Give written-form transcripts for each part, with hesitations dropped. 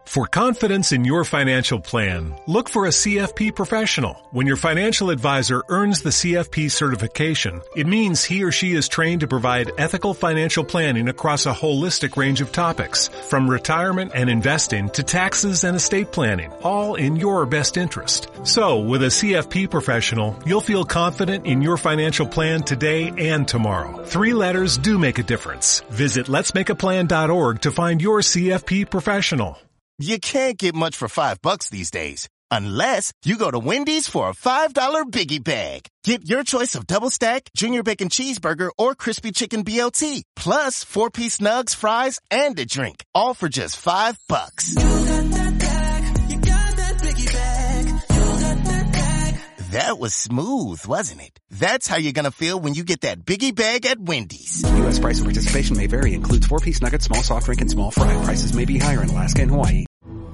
For confidence in your financial plan, look for a CFP professional. When your financial advisor earns the CFP certification, it means he or she is trained to provide ethical financial planning across a holistic range of topics, from retirement and investing to taxes and estate planning, all in your best interest. So, with a CFP professional, you'll feel confident in your financial plan today and tomorrow. 3 letters do make a difference. Visit letsmakeaplan.org to find your CFP professional. You can't get much for $5 these days. Unless you go to Wendy's for a $5 Biggie Bag. Get your choice of double stack, junior bacon cheeseburger, or crispy chicken BLT. Plus 4-piece nugs, fries, and a drink. All for just $5. You got that bag. You got that Biggie Bag. You got that bag. That was smooth, wasn't it? That's how you're gonna feel when you get that Biggie Bag at Wendy's. U.S. price and participation may vary. Includes 4-piece nugget, small soft drink, and small fry. Prices may be higher in Alaska and Hawaii.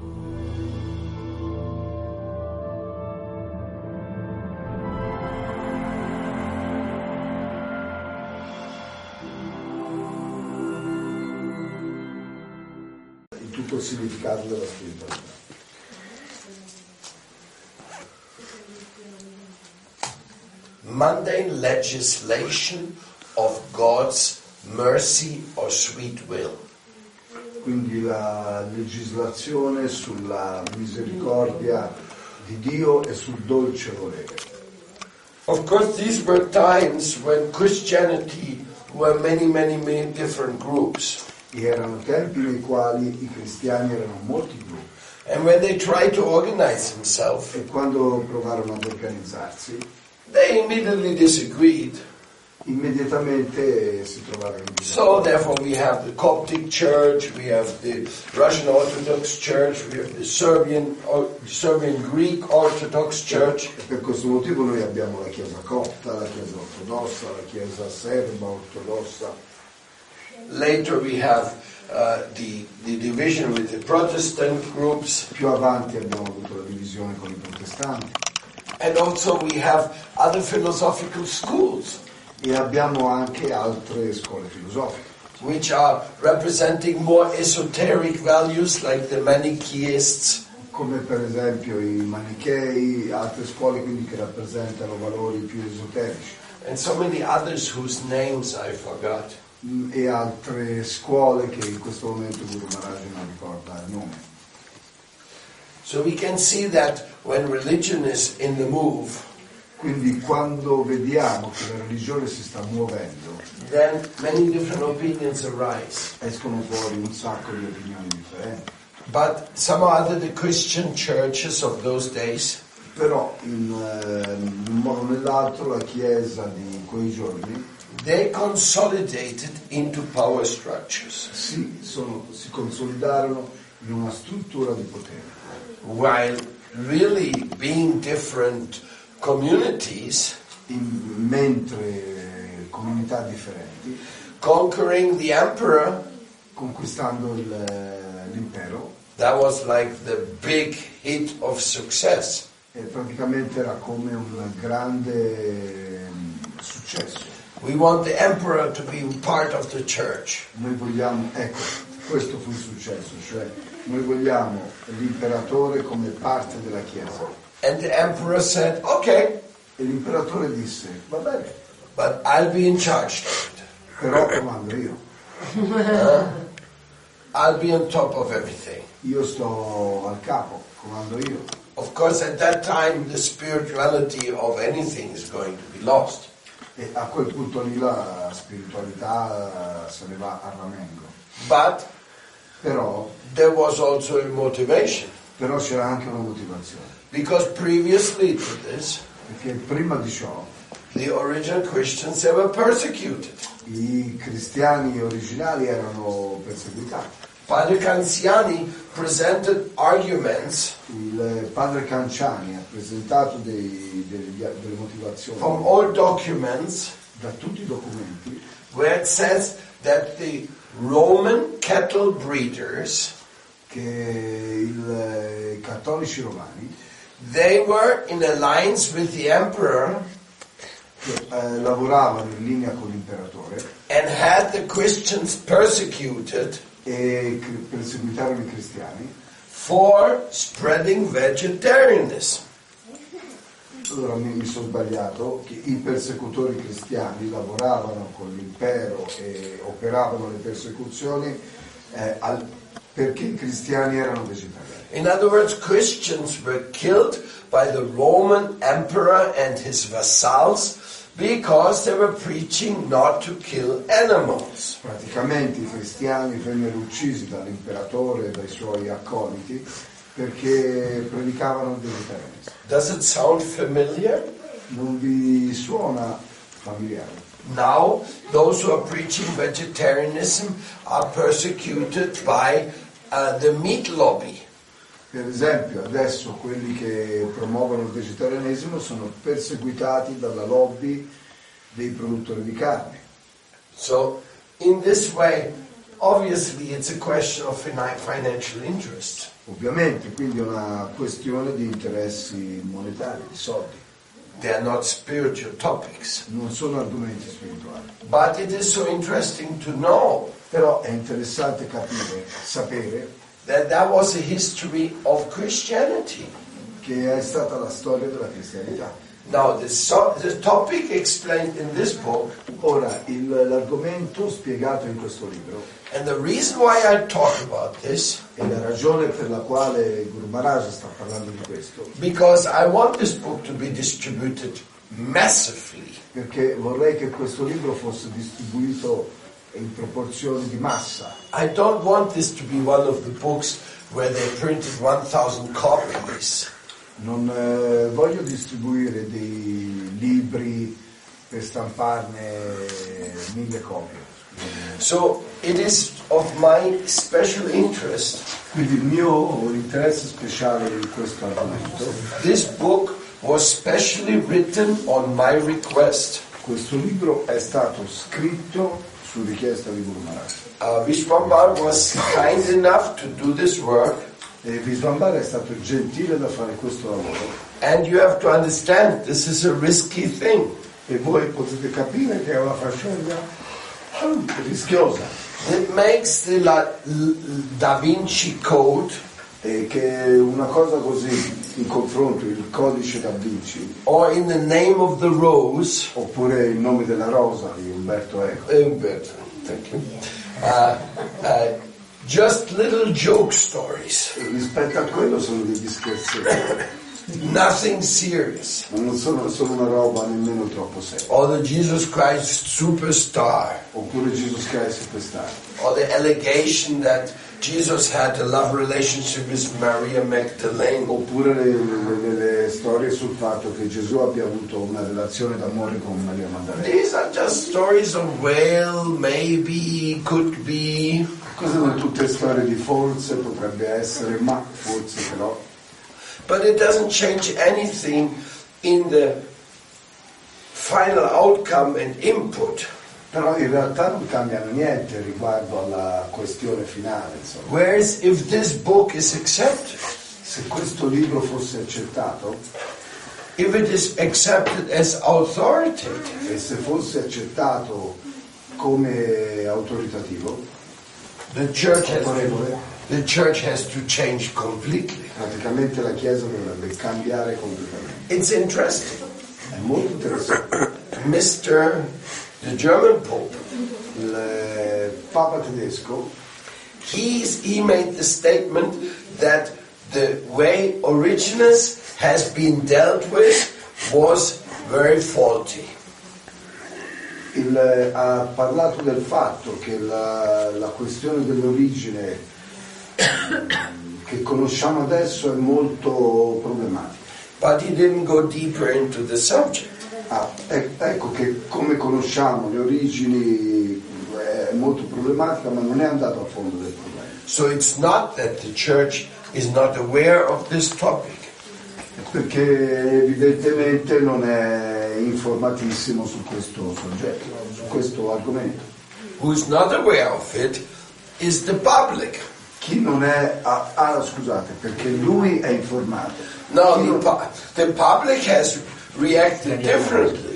Tutto il significato della spiritualità. Mundane legislation of God's mercy or sweet will. Quindi la legislazione sulla misericordia di Dio e sul dolce volere. Of course, these were times when Christianity were many different groups. Erano tempi nei quali i cristiani erano molti gruppi. And when they tried to organize themselves, E quando provarono ad organizzarsi, they immediately disagreed. immediatamente si trovarono in So disaccordo. therefore we have the Coptic Church, we have the Russian Orthodox Church, we have the Serbian Greek Orthodox Church. E per questo motivo noi abbiamo la Chiesa copta, la Chiesa ortodossa, la Chiesa serba ortodossa. Later we have the division with the Protestant groups. Più avanti abbiamo avuto la divisione con i protestanti. And also we have other philosophical schools E abbiamo anche altre scuole filosofiche, which are representing more esoteric values like the Manichaeists. come per esempio i manichei, altre scuole quindi che rappresentano valori più esoterici, And so many others whose names I forgot. e altre scuole che in questo momento Guru Maharaj non ricorda il nome. So we can see that when religion is in the move, Quindi quando vediamo che la religione si sta muovendo, then many different opinions arise. escono fuori un sacco di opinioni differenti. But somehow or other the Christian churches of those days, Però in un modo o nell'altro la Chiesa di quei giorni they consolidated into power structures, si consolidarono in una struttura di potere, while really being different communities, mentre comunità differenti, conquering the emperor, conquistando l'impero, that was like the big hit of success. e praticamente era come un grande successo. We want the emperor to be part of the church. Noi vogliamo, ecco, questo fu il successo, cioè noi vogliamo l'imperatore come parte della Chiesa. And the emperor said, okay, E l'imperatore disse, va bene, but I'll be in charge of it. però comando io. I'll be on top of everything. Io sto al capo, comando io. Of course, at that time, the spirituality of anything is going to be lost. E a quel punto lì la spiritualità se ne va a ramengo. But Però there was also a motivation. c'era anche una motivazione, Because previously to this, perché prima di ciò the original Christians, they were persecuted. i cristiani originali erano perseguitati. Padre Canziani presented arguments Il padre Canciani ha presentato delle motivazioni from all documents da tutti i documenti where it says that the Roman cattle breeders, che i cattolici romani they were in alliance with the emperor che lavoravano in linea con l'imperatore and had the Christians persecuted e perseguitarono i cristiani for spreading vegetarianism. Allora mi sono sbagliato, che i persecutori cristiani lavoravano con l'impero e operavano le persecuzioni perché i cristiani erano vegetariani. In other words, Christians were killed by the Roman emperor and his vassals because they were preaching not to kill animals. Praticamente i cristiani vennero uccisi dall'imperatore e dai suoi accoliti perché predicavano il vegetarianesimo. Does it sound familiar? Non vi suona familiare? Now, those who are preaching vegetarianism are persecuted by the meat lobby. Per esempio, adesso quelli che promuovono il vegetarianesimo sono perseguitati dalla lobby dei produttori di carne. So, in this way, obviously it's a question of financial interest. Ovviamente, quindi è una questione di interessi monetari, di soldi. They are not spiritual topics. Non sono argomenti spirituali. But it is so interesting to know Però è interessante sapere that was a history of Christianity. che è stata la storia della cristianità. Now, the topic explained in this book, Ora, l'argomento spiegato in questo libro, and the reason why I talk about this, e la ragione per la quale Guru Maharaj sta parlando di questo, because I want this book to be distributed massively. perché vorrei che questo libro fosse distribuito in proporzioni di massa. I don't want this to be one of the books where they printed 1,000 copies. Non voglio distribuire dei libri per stamparne 1000 copie. So it is of my special interest. Quindi il mio interesse speciale in questo argomento, This book was specially written on my request. questo libro è stato scritto su richiesta di Guru Maharaj. Vishwambar was kind enough to do this work. E Vishwambar è stato gentile da fare questo lavoro. And you have to understand, this is a risky thing. E voi potete capire che è una faccenda rischiosa. It makes the Da Vinci Code E che una cosa così in confronto il codice da Vinci or In the Name of the Rose, oppure il nome della rosa di Umberto Eco, Umberto, thank you. Just little joke stories, rispetto a quello sono degli scherzetti, nothing serious. ma non sono una roba nemmeno troppo seria. Or the Jesus Christ Superstar, Oppure Jesus Christ Superstar, or the allegation that Jesus had a love relationship with Maria Magdalene. oppure le storie sul fatto che Gesù abbia avuto una relazione d'amore con Maria Maddalena. These are just stories of well, maybe, could be. Queste sono tutte storie di forse, potrebbe essere, ma forse però. But it doesn't change anything in the final outcome and input. Però in realtà non cambiano niente riguardo alla questione finale, insomma. Whereas if this book is accepted, Se questo libro fosse accettato if it is accepted as authoritative, e se fosse accettato come autoritativo, the church autorevole, has to change completely. praticamente la Chiesa dovrebbe cambiare completamente. It's interesting. È molto interessante. The German Pope, Il Papa tedesco he made the statement that the way Origenes has been dealt with was very faulty. Ha parlato del fatto che la questione dell'origine che conosciamo adesso è molto problematica. But he didn't go deeper into the subject. Ecco che come conosciamo le origini è molto problematica, ma non è andato a fondo del problema. So it's not that the church is not aware of this topic. Perché evidentemente non è informatissimo su questo soggetto, su questo argomento. Who's not aware of it is the public. Chi non è... scusate, perché lui è informato. No, the public has reacted differently.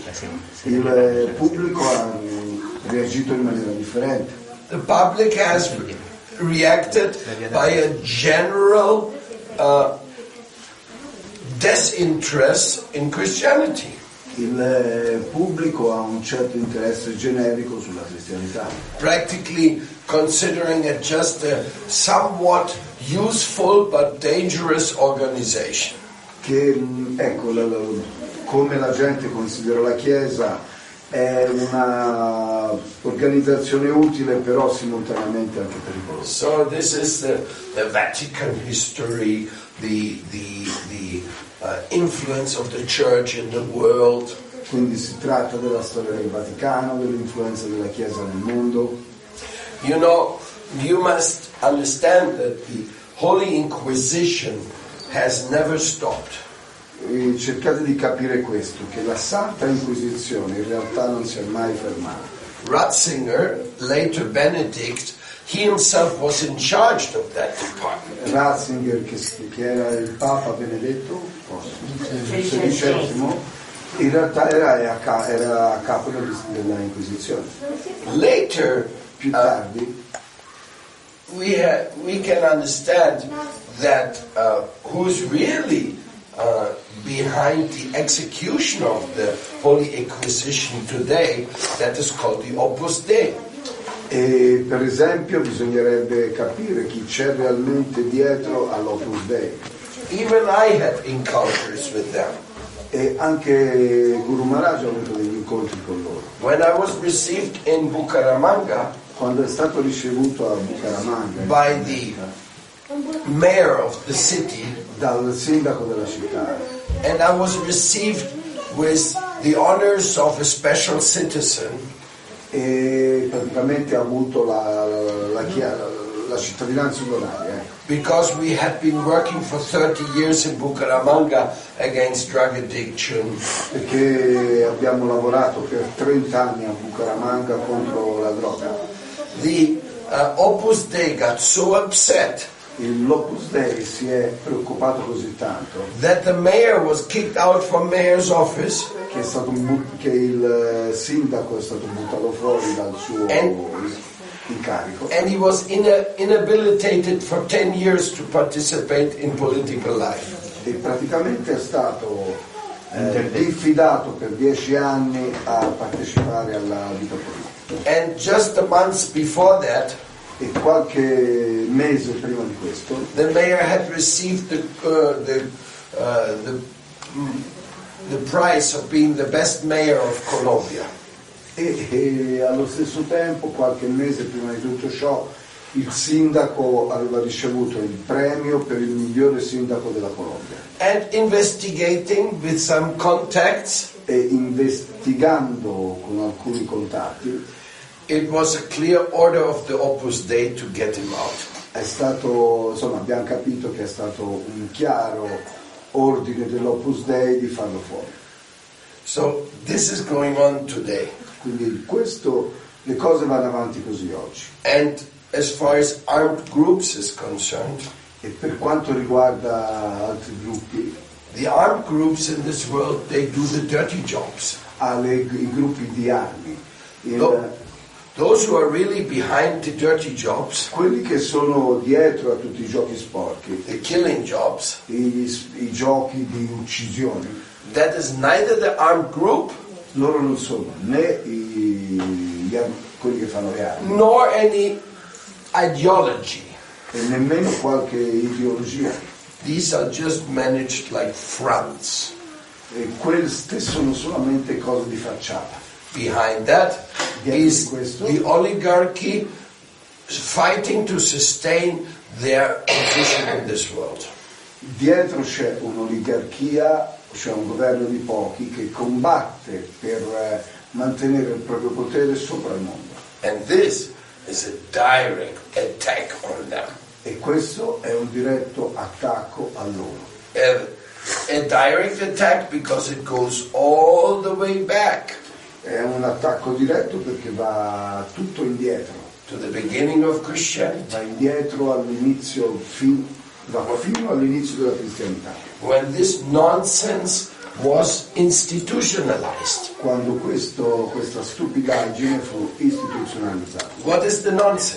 Il pubblico ha reagito in maniera differente. The public has reacted by a general disinterest in Christianity. Il pubblico ha un certo interesse generico sulla cristianità, Practically considering it just a somewhat useful but dangerous organization. che ecco, come la gente considera la Chiesa è una organizzazione utile però simultaneamente anche pericolosa. So this is the Vatican history, the influence of the Church in the world. Quindi si tratta della storia del Vaticano, dell'influenza della Chiesa nel mondo. You know, you must understand that the Holy Inquisition has never stopped. E cercate di capire questo, che la Santa Inquisizione in realtà non si è mai fermata. Ratzinger, later Benedict, he himself was in charge of that department. Ratzinger, che era il Papa Benedetto XVI, in realtà era a capo della Inquisizione. Later, Più tardi we can understand that who's really behind the execution of the Holy Inquisition today, that is called the Opus Dei. e per esempio bisognerebbe capire chi c'è realmente dietro all'Opus Dei. Even I had encounters with them. E anche Guru Maharaj ha avuto degli incontri con loro. When I was received in Bucaramanga Quando è stato ricevuto a Bucaramanga by the mayor of the city, dal sindaco della città, and I was received with the honors of a special citizen, e praticamente ha avuto la cittadinanza onoraria, because we had been working for 30 years in Bucaramanga against drug addiction. perché abbiamo lavorato per 30 anni a Bucaramanga contro la droga. The Opus Dei got so upset L'Opus Dei si è preoccupato così tanto that the mayor was kicked out from mayor's office, che il sindaco è stato buttato fuori dal suo incarico and he was inhabilitated for 10 years to participate in political life. e praticamente è stato diffidato per 10 anni a partecipare alla vita politica. And just a month before that, E qualche mese prima di questo the mayor had received the prize of being the best mayor of Colombia. e allo stesso tempo, qualche mese prima di tutto ciò, il sindaco aveva ricevuto il premio per il migliore sindaco della Colombia. And investigating with some contacts, E investigando con alcuni contatti it was a clear order of the Opus Dei to get him out. è stato, insomma, abbiamo capito che è stato un chiaro ordine dell'Opus Dei di farlo fuori. So this is going on today. Quindi le cose vanno avanti così oggi. And as far as armed groups is concerned, E per quanto riguarda altri gruppi, the armed groups in this world, they do the dirty jobs. i gruppi di armi, Those who are really behind the dirty jobs, quelli che sono dietro a tutti i giochi sporchi, the killing jobs, i giochi di uccisione, that is neither the armed group loro non sono né quelli che fanno le armi nor any ideology. e nemmeno qualche ideologia. These are just managed like fronts. E queste sono solamente cose di facciata. Behind that is questo the oligarchy fighting to sustain their position in this world. Dietro c'è un'oligarchia, c'è un governo di pochi che combatte per mantenere il proprio potere sopra il mondo. And this is a direct attack on them. E questo è un diretto attacco a loro. A direct attack because it goes all the way back È un attacco diretto perché va tutto indietro, to the beginning of Christianity, va indietro all'inizio, va fino all'inizio della cristianità, when this nonsense was institutionalized. quando questa stupidaggine fu istituzionalizzata. What is the nonsense?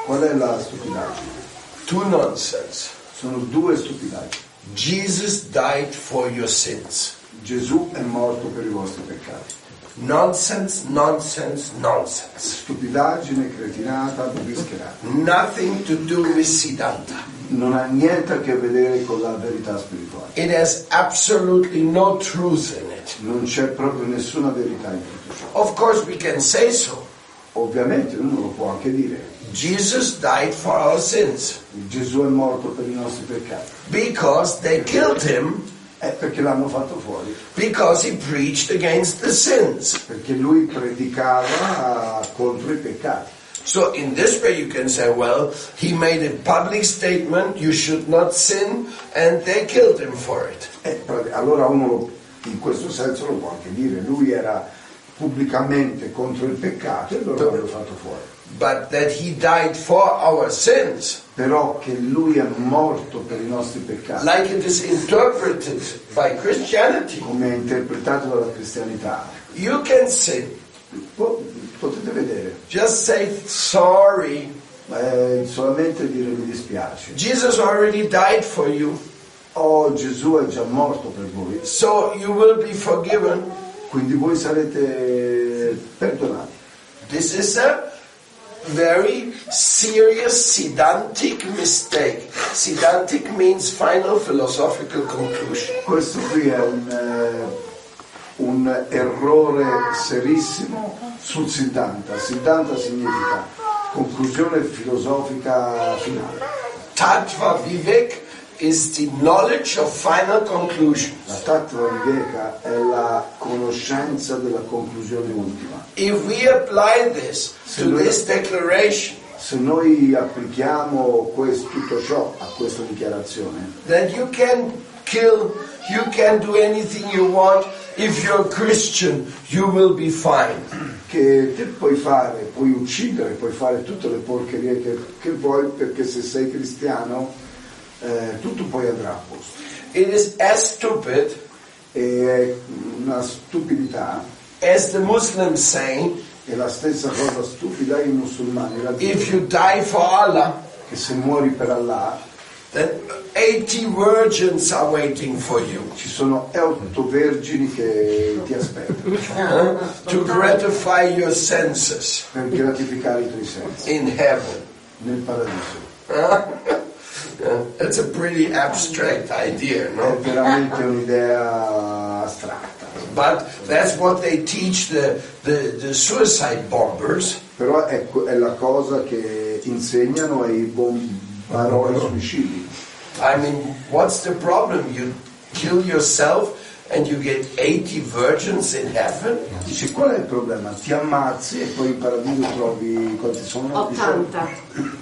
Qual è la stupidaggine? Two nonsense. Sono due stupidaggini. Jesus died for your sins. Gesù è morto per i vostri peccati. Nonsense, nonsense, nonsense. Stupidaggine, cretinata, bischerata. Nothing to do with Siddhanta. Non ha niente a che vedere con la verità spirituale. It has absolutely no truth in it. Non c'è proprio nessuna verità in tutto ciò. Of course we can say so. Ovviamente uno lo può anche dire. Jesus died for our sins Gesù è morto per i nostri peccati. because they killed him È perché l'hanno fatto fuori. because he preached against the sins. Perché lui predicava contro i peccati. So in this way you can say, well, he made a public statement, you should not sin, and they killed him for it. Allora uno in questo senso lo può anche dire. Lui era pubblicamente contro il peccato e loro l'hanno fatto fuori. But that he died for our sins, Però che lui è morto per i nostri peccati, like it is interpreted by Christianity, come è interpretato dalla cristianità, you can sin. potete vedere. Just say sorry. Solamente dire mi dispiace. Jesus already died for you, Oh, Gesù è già morto per voi, so you will be forgiven. quindi voi sarete perdonati. This is a very serious Siddhantic mistake. Siddhantic means final philosophical conclusion. Questo qui è un errore serissimo sul Siddhanta. Siddhanta significa conclusione filosofica finale. Tattva Vivek is the knowledge of final conclusion. La Tattva Viveka è la conoscenza della conclusione ultima. If we apply this to this declaration, Se noi applichiamo tutto ciò a questa dichiarazione, then you can kill, you can do anything you want. If you're Christian, you will be fine. che te puoi fare, puoi uccidere, puoi fare tutte le porcherie che vuoi, perché se sei cristiano tutto poi andrà a posto. It is as stupid È una stupidità, as the Muslims say, è la stessa cosa stupida i musulmani la if dicono, you die for Allah, che se muori per Allah then 80 virgins are waiting for you ci sono 8 vergini che ti aspettano to gratify your senses per gratificare i tuoi sensi in heaven. nel paradiso. That's a pretty abstract idea, È no? veramente un'idea astratta, But that's what they teach the suicide bombers. però è la cosa che insegnano ai bombaroli suicidi. I mean, what's the problem? You kill yourself and you get 80 virgins in heaven? Dice, qual è il problema? Ti ammazzi e poi in paradiso trovi quanti sono? 80.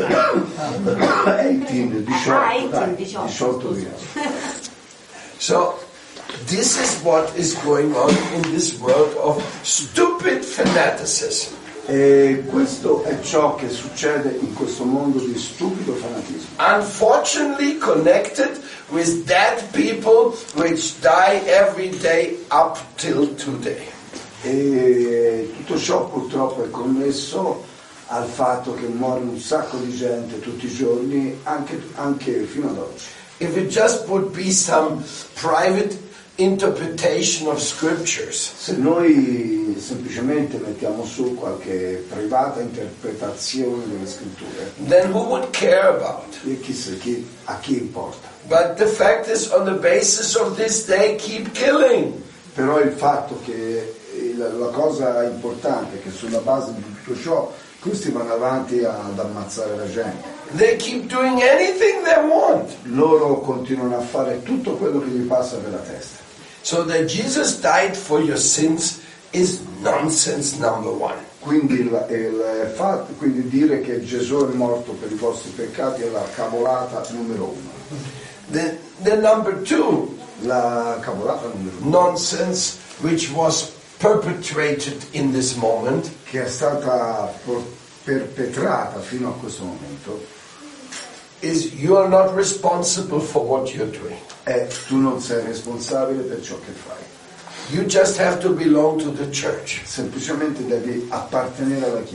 18, 18 via. So, this is what is going on in this world of stupid fanaticism. E questo è ciò che succede in questo mondo di stupido fanatismo. Unfortunately connected with dead people which die every day up till today. E tutto ciò purtroppo è connesso al fatto che muore un sacco di gente tutti i giorni, anche fino ad oggi. If it just would be some private interpretation of scriptures, Se noi semplicemente mettiamo su qualche privata interpretazione delle scritture, then who would care about? e a chi importa? But the fact is, on the basis of this, they keep killing. Però il fatto che la cosa importante è che sulla base di tutto ciò questi vanno avanti ad ammazzare la gente. They keep doing anything they want. Loro continuano a fare tutto quello che gli passa per la testa. So that Jesus died for your sins is nonsense number one. Quindi, quindi dire che Gesù è morto per i vostri peccati è la cavolata numero uno. The number two La cavolata numero uno, nonsense which was perpetrated in this moment che è stata perpetrata fino a questo momento, is you are not responsible for what you're doing. è tu non sei responsabile per ciò che fai. You just have to belong to the church. Semplicemente devi appartenere alla Chiesa.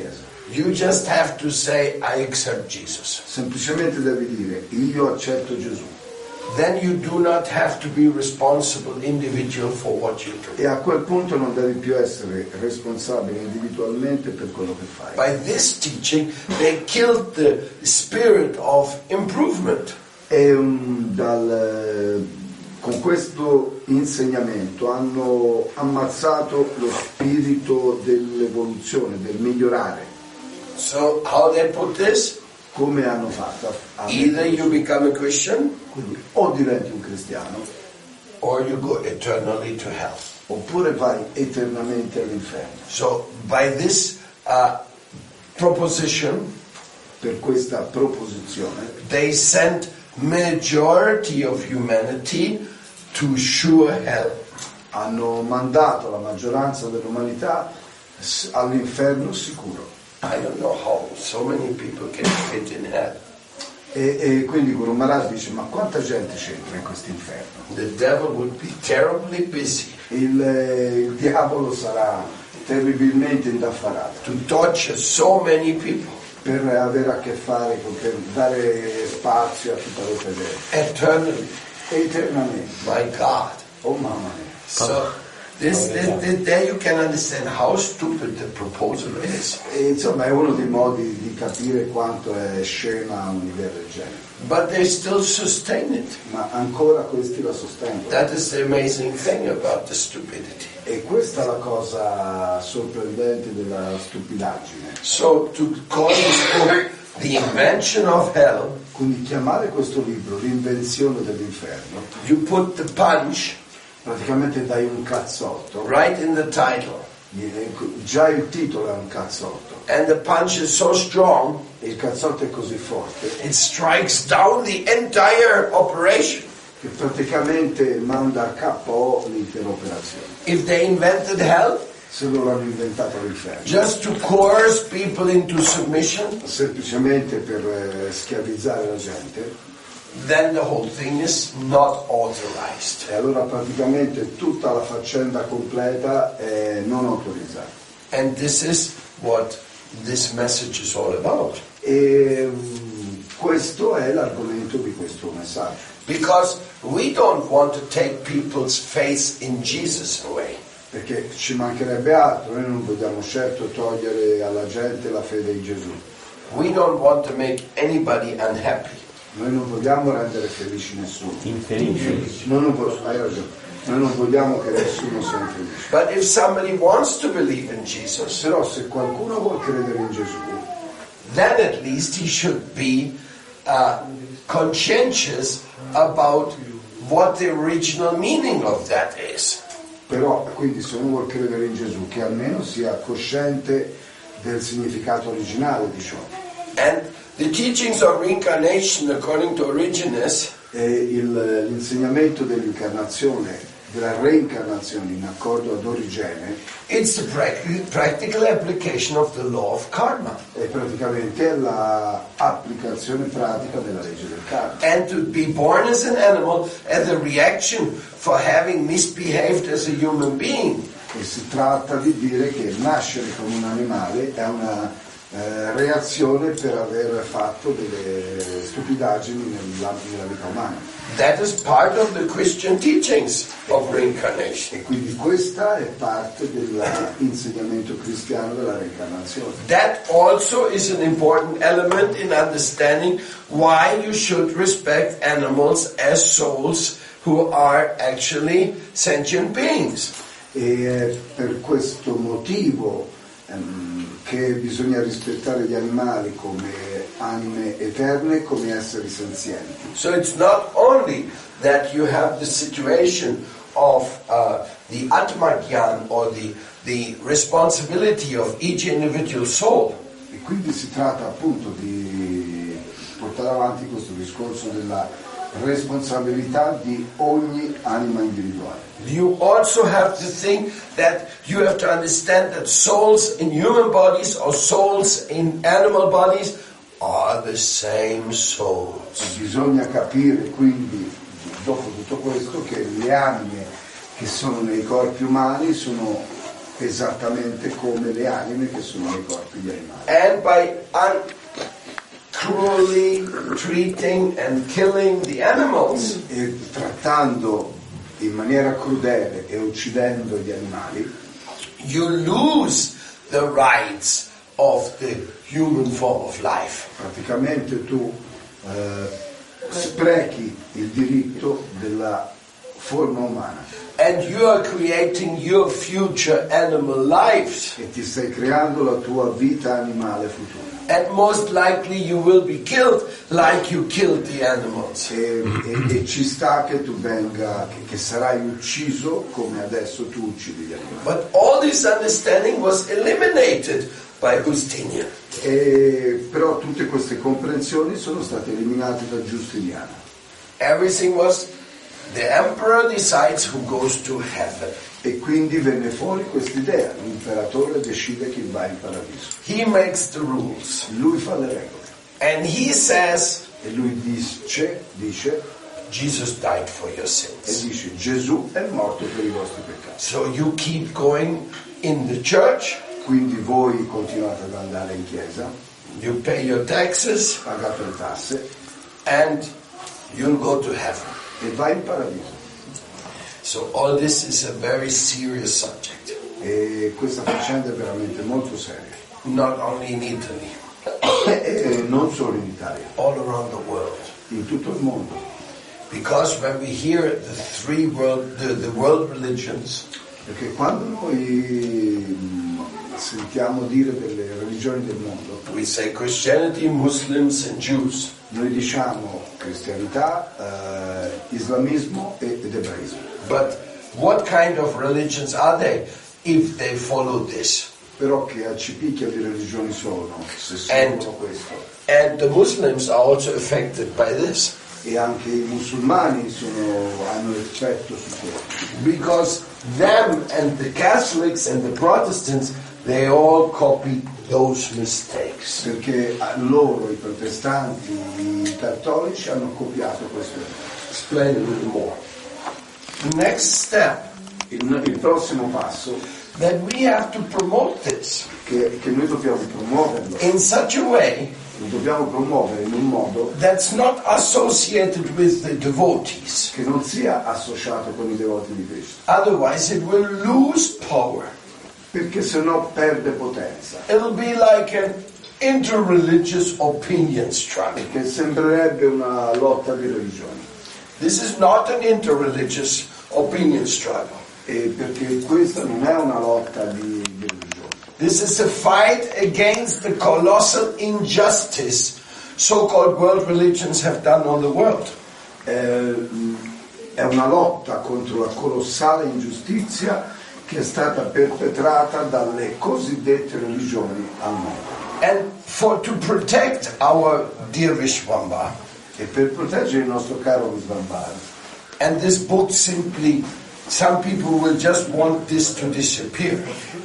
You just have to say, I accept Jesus. Semplicemente devi dire, io accetto Gesù. Then you do not have to be responsible individual for what you do. E a quel punto non devi più essere responsabile individualmente per quello che fai. By this teaching, they killed the spirit of improvement. Con questo insegnamento hanno ammazzato lo spirito dell'evoluzione, del migliorare. So how they put this? Come hanno fatto? Either you become a Christian, Quindi o diventi un cristiano, or you go eternally to hell. oppure vai eternamente all'inferno. So by this proposition, Per questa proposizione they sent majority of humanity to sure hell. hanno mandato la maggioranza dell'umanità all'inferno sicuro. I don't know how so many people can fit in hell. E quindi Guru Maharaj dice, ma quanta gente c'entra in questo inferno? The devil would be terribly busy Il diavolo sarà terribilmente indaffarato to torture so many people per avere a che fare, per dare spazio a tutta questa gente. eternally. Eternamente. My God. Oh mamma mia. So there you can understand how stupid the proposal is. E, insomma, è uno dei modi di capire quanto è scema un'idea del genere. But they still sustain it. Ma ancora questi la sostengono. That is the amazing thing about the stupidity. E questa è la cosa sorprendente della stupidaggine. So to call this book The Invention of Hell, Quindi chiamare questo libro l'invenzione dell'inferno, you put the punch praticamente dai un cazzotto, right in the title. già il titolo è un cazzotto, And the punch is so strong, e il cazzotto è così forte it strikes down the entire operation. che praticamente manda a capo l'intera operazione. If they invented hell Se loro hanno inventato l'inferno, just to coerce people into submission, semplicemente per schiavizzare la gente, then the whole thing is not authorized. e allora praticamente tutta la faccenda completa è non autorizzata. And this is what this message is all about. E questo è l'argomento di questo messaggio. Because we don't want to take people's faith in Jesus away. Perché ci mancherebbe altro, noi non vogliamo certo togliere alla gente la fede in Gesù. We don't want to make anybody unhappy. Noi non vogliamo rendere felici nessuno. Infelici. Hai ragione. Noi non vogliamo che nessuno sia infelice. But if somebody wants to believe in Jesus, Però se qualcuno vuole credere in Gesù, then at least he should be conscientious about what the original meaning of that is. però quindi se uno vuole credere in Gesù, che almeno sia cosciente del significato originale di ciò. And the teachings of reincarnation, according to Origenes, E l'insegnamento dell'incarnazione, della reincarnazione in accordo ad Origene, it's the practical application of the law of karma. è praticamente l'applicazione pratica della legge del karma. And to be born as an animal as a reaction for having misbehaved as a human being. E si tratta di dire che nascere come un animale è una reazione per aver fatto delle stupidaggini nella vita umana. That is part of the Christian teachings of reincarnation. E quindi questa è parte dell'insegnamento cristiano della reincarnazione. That also is an important element in understanding why you should respect animals as souls who are actually sentient beings. E è per questo motivo che bisogna rispettare gli animali come anime eterne, come esseri senzienti. So it's not only that you have the situation of the Atmagyan or the responsibility of each individual soul, E quindi si tratta appunto di portare avanti questo discorso della responsabilità di ogni anima individuale. you also have to think that you have to understand that souls in human bodies or souls in animal bodies are the same souls. Bisogna capire quindi, dopo tutto questo, che le anime che sono nei corpi umani sono esattamente come le anime che sono nei corpi di animali. And by cruelly treating and killing the animals, E trattando in maniera crudele e uccidendo gli animali, you lose the rights of the human form of life. praticamente tu sprechi il diritto della forma umana And you are creating your future animal lives. e ti stai creando la tua vita animale futura. And most likely you will be killed like you killed the animals. E ci sta che tu venga, che sarai ucciso come adesso tu uccidi gli animali. But all this understanding was eliminated by Justinian. Però tutte queste comprensioni sono state eliminate da Giustiniano. Everything was the emperor decides who goes to heaven. E quindi venne fuori quest'idea, l'imperatore decide chi va in paradiso. He makes the rules. Lui fa le regole. And he says, E lui dice Jesus died for your sins. Gesù è morto per i vostri peccati. So you keep going in the church, Quindi voi continuate ad andare in chiesa, you pay your taxes, pagate le tasse and you'll go to heaven. e vai in paradiso. So all this is a very serious subject, E questa faccenda è veramente molto seria. not only in Italy, E non solo in Italia, all around the world. in tutto il mondo. Because when we hear the world religions, Perché quando noi sentiamo dire delle religioni del mondo, we say Christianity, Muslims and Jews. noi diciamo cristianità, islamismo ed ebraismo. But what kind of religions are they if they follow this? Però che accipicchia di religioni sono, se And- seguono questo. And the Muslims are also affected by this. E anche i musulmani hanno effetto su questo. Because them and the Catholics and the Protestants, they all copy those mistakes. Perché loro, i protestanti, i cattolici hanno copiato questo. Explain a little more. The next step, Il prossimo passo that we have to promote this che noi dobbiamo promuoverlo, in such a way lo dobbiamo promuovere in un modo that's not associated with the devotees. che non sia associato con i devoti di Cristo, Otherwise it will lose power. perché sennò perde potenza, It'll be like an interreligious opinion struggle. che sembrerebbe una lotta di religioni. This is not an interreligious opinion struggle. Perché questa non è una lotta di religione. This is a fight against the colossal injustice so-called world religions have done on the world. È una lotta contro la colossale ingiustizia che è stata perpetrata dalle cosiddette religioni al mondo. And to protect our dear Vishwamba, E per proteggere il nostro caro Vishwambara, and this book simply, some people will just want this to disappear.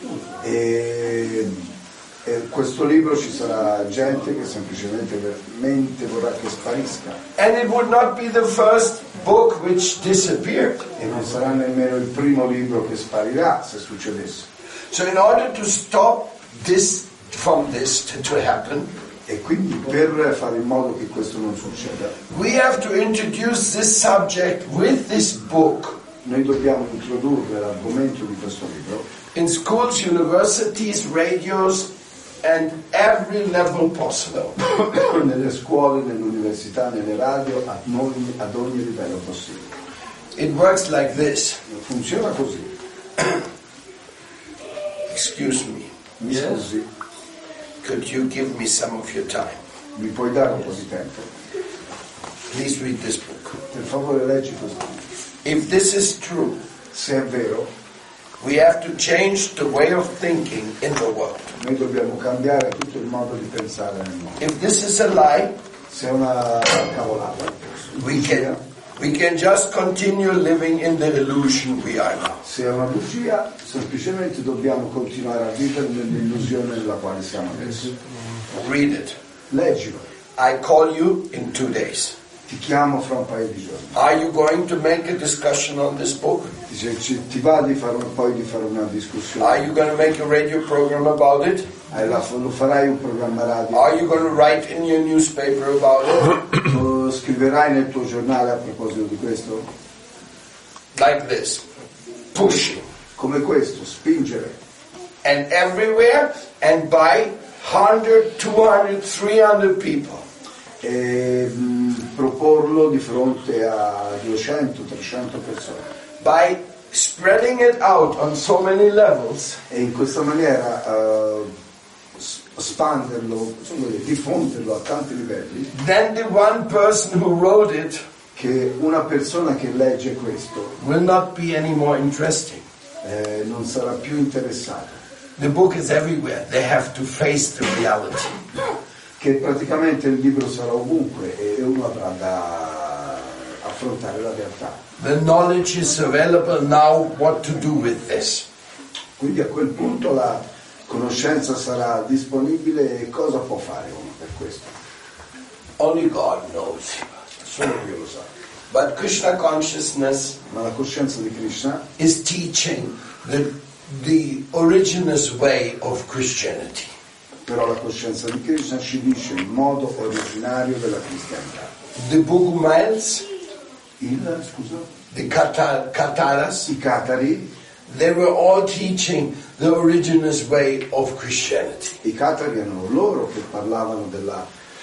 e questo libro ci sarà gente che semplicemente veramente vorrà che sparisca, And it would not be the first book which disappeared. e non sarà nemmeno il primo libro che sparirà se succedesse. So in order to stop this from this to happen, E quindi per fare in modo che questo non succeda, we have to introduce this subject with this book noi dobbiamo introdurre l'argomento di questo libro in schools, universities, radios, and every level possible. nelle scuole, nelle università, nelle radio, ad ogni livello possibile. It works like this. Funziona così. Excuse me. Mi scusi, Could you give me some of your time? mi puoi dare un po' di tempo? Please read this book. Per favore leggi questo libro. If this is true, Se è vero, we have to change the way of thinking in the world. noi dobbiamo cambiare tutto il modo di pensare nel mondo. If this is a lie, Se è una cavolata, we can just continue living in the illusion we are now. se è una bugia, semplicemente dobbiamo continuare a vivere nell'illusione nella quale siamo adesso. Read it. Leggilo. I call you in 2 days. ti chiamo fra un paio di giorni. Are you going to make a discussion on this book? Dice, ti va di fare una discussione? Are you going to make a radio program about it? Lo farai un programma radio? Are you going to write in your newspaper about it? Lo scriverai nel tuo giornale a proposito di questo? Like this. Pushing. Come questo, spingere. And everywhere, and by 100, 200, 300 people. E proporlo di fronte a 200, 300 persone. By spreading it out on so many levels. E in questa maniera espanderlo, diffonderlo a tanti livelli. Then the one person who wrote it Che una persona che legge questo will not be any more interesting. non sarà più interessata. The book is everywhere. They have to face the reality. Che praticamente il libro sarà ovunque e uno avrà da affrontare la realtà. The knowledge is available now what to do with this. Quindi a quel punto la conoscenza sarà disponibile e cosa può fare uno per questo? Only God knows. Solo Dio lo sa. But Krishna consciousness Ma la coscienza di Krishna is teaching the original way of Christianity. però la coscienza di Krishna ci dice il modo originario della cristianità. The Bogumils, The Kataras, i Catari, they were all teaching the original way of Christianity. i Catari erano loro che parlavano della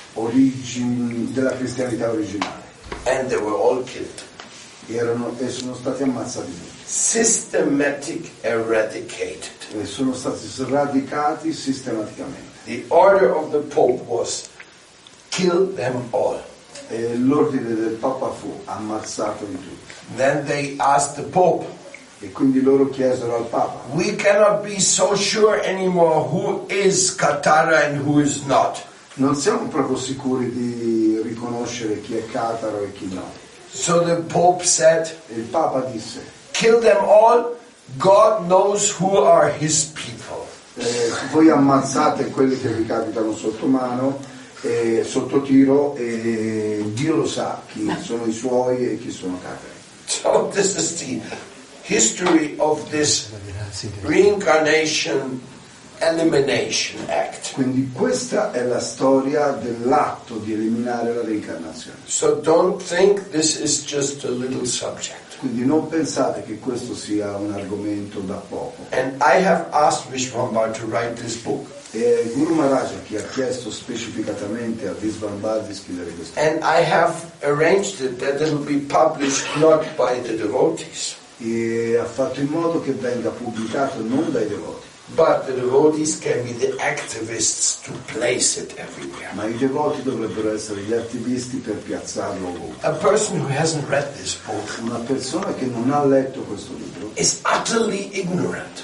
cristianità originale. And they were all killed. E sono stati ammazzati tutti. Systematic eradicated. E sono stati sradicati sistematicamente. The order of the Pope was kill them all. E l'ordine del Papa fu ammazzateli tutti. Then they asked the Pope, E quindi loro chiesero al Papa: we cannot be so sure anymore who is Katara and who is not. non siamo proprio sicuri di riconoscere chi è cataro e chi no. So the Pope said, E il Papa disse: kill them all, God knows who are his people. voi ammazzate quelli che vi capitano sotto mano, sotto tiro, e Dio lo sa chi sono i suoi e chi sono catari. So this is the history of this reincarnation elimination act. Quindi questa è la storia dell'atto di eliminare la reincarnazione. So don't think this is just a little subject. Quindi non pensate che questo sia un argomento da poco. And I have asked Vishwambara to write this book. E Guru Maharaj chi ha chiesto specificatamente a Vishwambara di scrivere questo. And I have arranged it that it will be published not by the devotees, E ha fatto in modo che venga pubblicato non dai devoti, but the devotees can be the activists to place it everywhere. ma i devoti dovrebbero essere gli attivisti per piazzarlo ovunque. A person who hasn't read this book Una persona che non ha letto questo libro is utterly ignorant.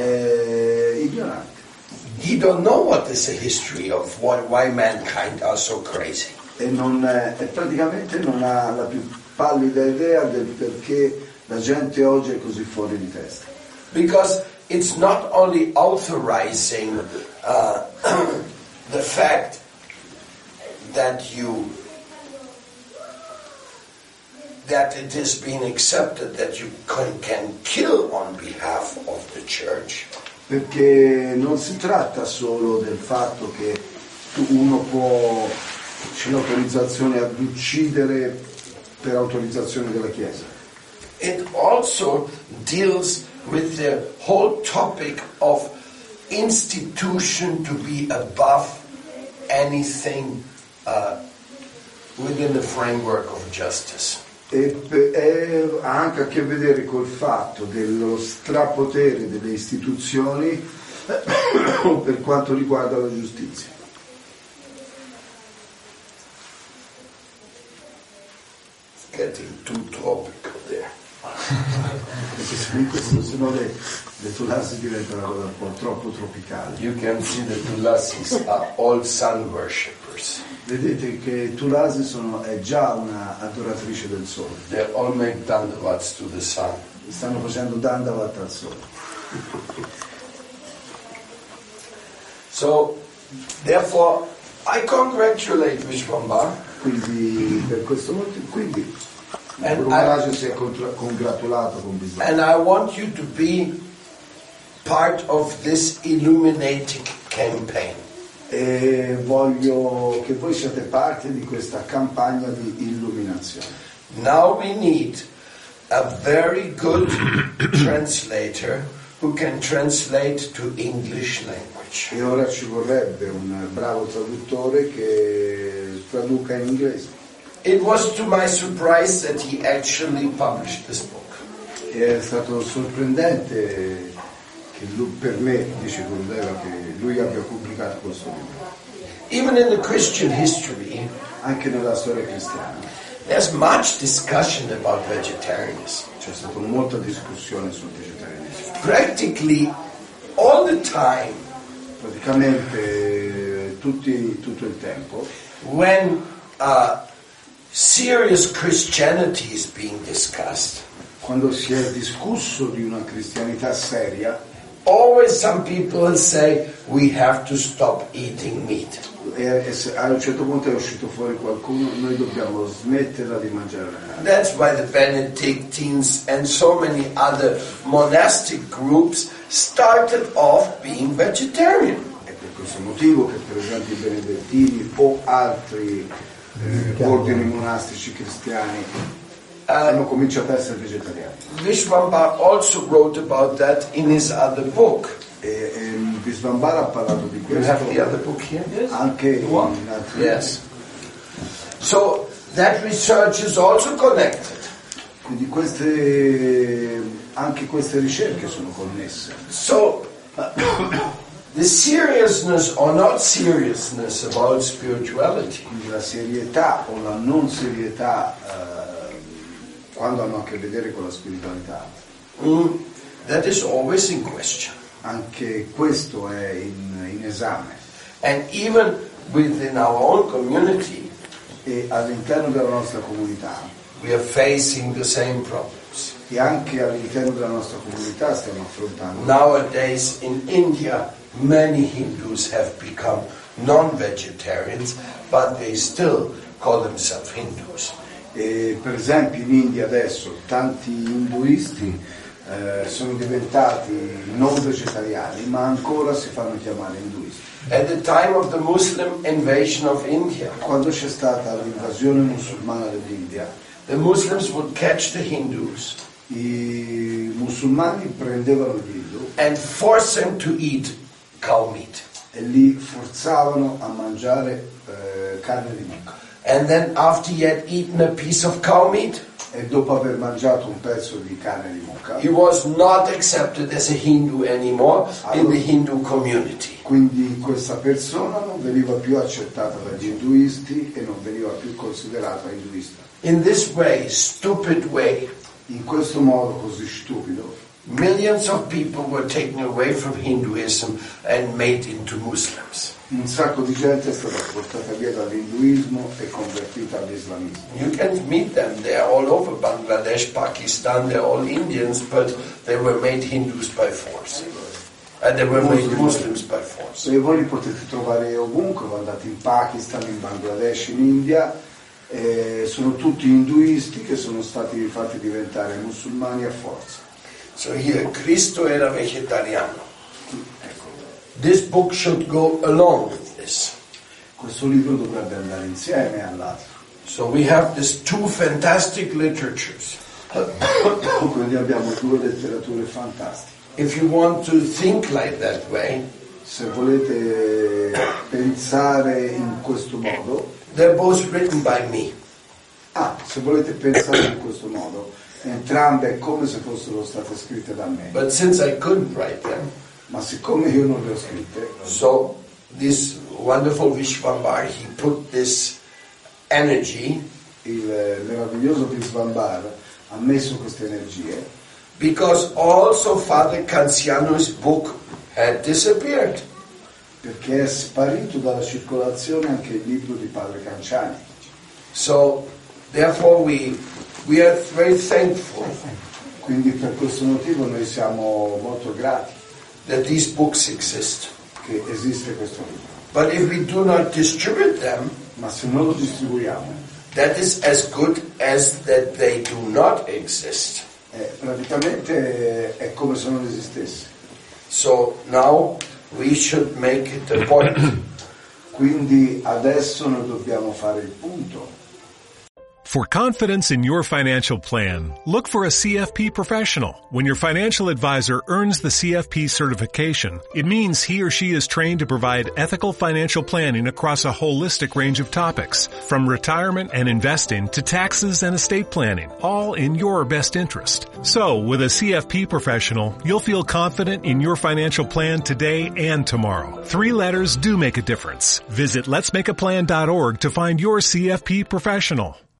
è ignorante. He don't know what is the history of why mankind are so crazy. E praticamente non ha la più pallida idea del perché la gente oggi è così fuori di testa. Because it's not only authorizing the fact that it has been accepted that you can kill on behalf of the church. Perché non si tratta solo del fatto che c'è l'autorizzazione ad uccidere per autorizzazione della Chiesa. It also deals with the whole topic of institution to be above anything within the framework of justice. Ha anche a che vedere col fatto dello strapotere delle istituzioni per quanto riguarda la giustizia. It's getting too tropical there. Perché se no le tulasi diventano una cosa un po' troppo tropicali. You can see the Tulasis are all sun worshippers. Vedete che Tulasi è già una adoratrice del sole. They all make dandavats to the sun. Stanno facendo dandavat al sole. So, therefore, I congratulate Vishwambara Quindi per questo motivo, And Guru Maharaj si è congratulato con Visvambara. And I want you to be part of this illuminating campaign. E voglio che voi siate parte di questa campagna di illuminazione. Now we need a very good translator who can translate to English language. E ora ci vorrebbe un bravo traduttore che traduca in inglese. It was to my surprise that he actually published this book. E è stato sorprendente che lui, per me, dice Gurudeva, che lui abbia pubblicato questo libro. Even in the Christian history, Anche nella storia cristiana there's much discussion about vegetarianism. c'è stata molta discussione sul vegetarianesimo. Practically all the time Praticamente tutto il tempo, when serious Christianity is being discussed, quando si è discusso di una cristianità seria, always some people will say we have to stop eating meat. a un certo punto è uscito fuori qualcuno, noi dobbiamo smetterla di mangiare la carne. That's why the Benedictines and so many other monastic groups started off being vegetarian. È per questo motivo che per esempio i benedettini o altri ordini monastici cristiani hanno cominciato a essere vegetariani. Vishvambara also wrote about that in his other book. E Visvambara ha parlato di You have the questo other book here? anche in altri. Yes. So that research is also connected. Quindi anche queste ricerche sono connesse. So the seriousness or not seriousness about spirituality Quindi la serietà o la non serietà quando hanno a che vedere con la spiritualità, that is always in question. anche questo è in esame. And even within our own community, E all'interno della nostra comunità we are facing the same problems. e anche all'interno della nostra comunità stiamo affrontando. Nowadays in India, many Hindus have become non-vegetarians, but they still call themselves Hindus. E per esempio in India adesso tanti induisti sono diventati non vegetariani, ma ancora si fanno chiamare induisti. At the time of the Muslim invasion of India, Quando c'è stata l'invasione musulmana dell'India, the Muslims would catch the Hindus i musulmani prendevano gli Hindu and force them to eat cow meat. e li forzavano a mangiare carne di mucca. And then after he had eaten a piece of cow meat, E dopo aver mangiato un pezzo di carne di mucca, he was not accepted as a Hindu anymore in the Hindu community. quindi questa persona non veniva più accettata dagli induisti e non veniva più considerata induista. In this way, stupid way, In questo modo così stupido, millions of people were taken away from Hinduism and made into Muslims. un sacco di gente è stata portata via dall'induismo e convertita all'islamismo. You can meet them, they're all over Bangladesh, Pakistan, they're all Indians, but they were made Hindus by force. And they were made Muslims by force. E voi li potete trovare ovunque, andate in Pakistan, in Bangladesh, in India, sono tutti induisti che sono stati fatti diventare musulmani a forza. So here, Cristo era vegetariano. This book should go along with this. Questo libro dovrebbe andare insieme all'altro. So we have these two fantastic literatures. Quindi abbiamo due letterature fantastiche. If you want to think like that way, Se volete pensare in questo modo, they're both written by me. se volete pensare in questo modo, entrambe è come se fossero state scritte da me. But since I couldn't write them, Ma siccome io non le ho scritte, so this wonderful Vishvambara, he put this energy, il meraviglioso Visvambara ha messo queste energie, because also Father Canziano's book had disappeared. perché è sparito dalla circolazione anche il libro di Padre Canciani. So therefore we are very thankful Quindi per questo motivo noi siamo molto grati that these books exist. che esiste questo libro. But if we do not distribute them, Ma se non lo distribuiamo, that is as good as that they do not exist. praticamente è come se non esistesse. So now we should make it a point. Quindi adesso noi dobbiamo fare il punto. For confidence in your financial plan, look for a CFP professional. When your financial advisor earns the CFP certification, it means he or she is trained to provide ethical financial planning across a holistic range of topics, from retirement and investing to taxes and estate planning, all in your best interest. So, with a CFP professional, you'll feel confident in your financial plan today and tomorrow. 3 letters do make a difference. Visit letsmakeaplan.org to find your CFP professional.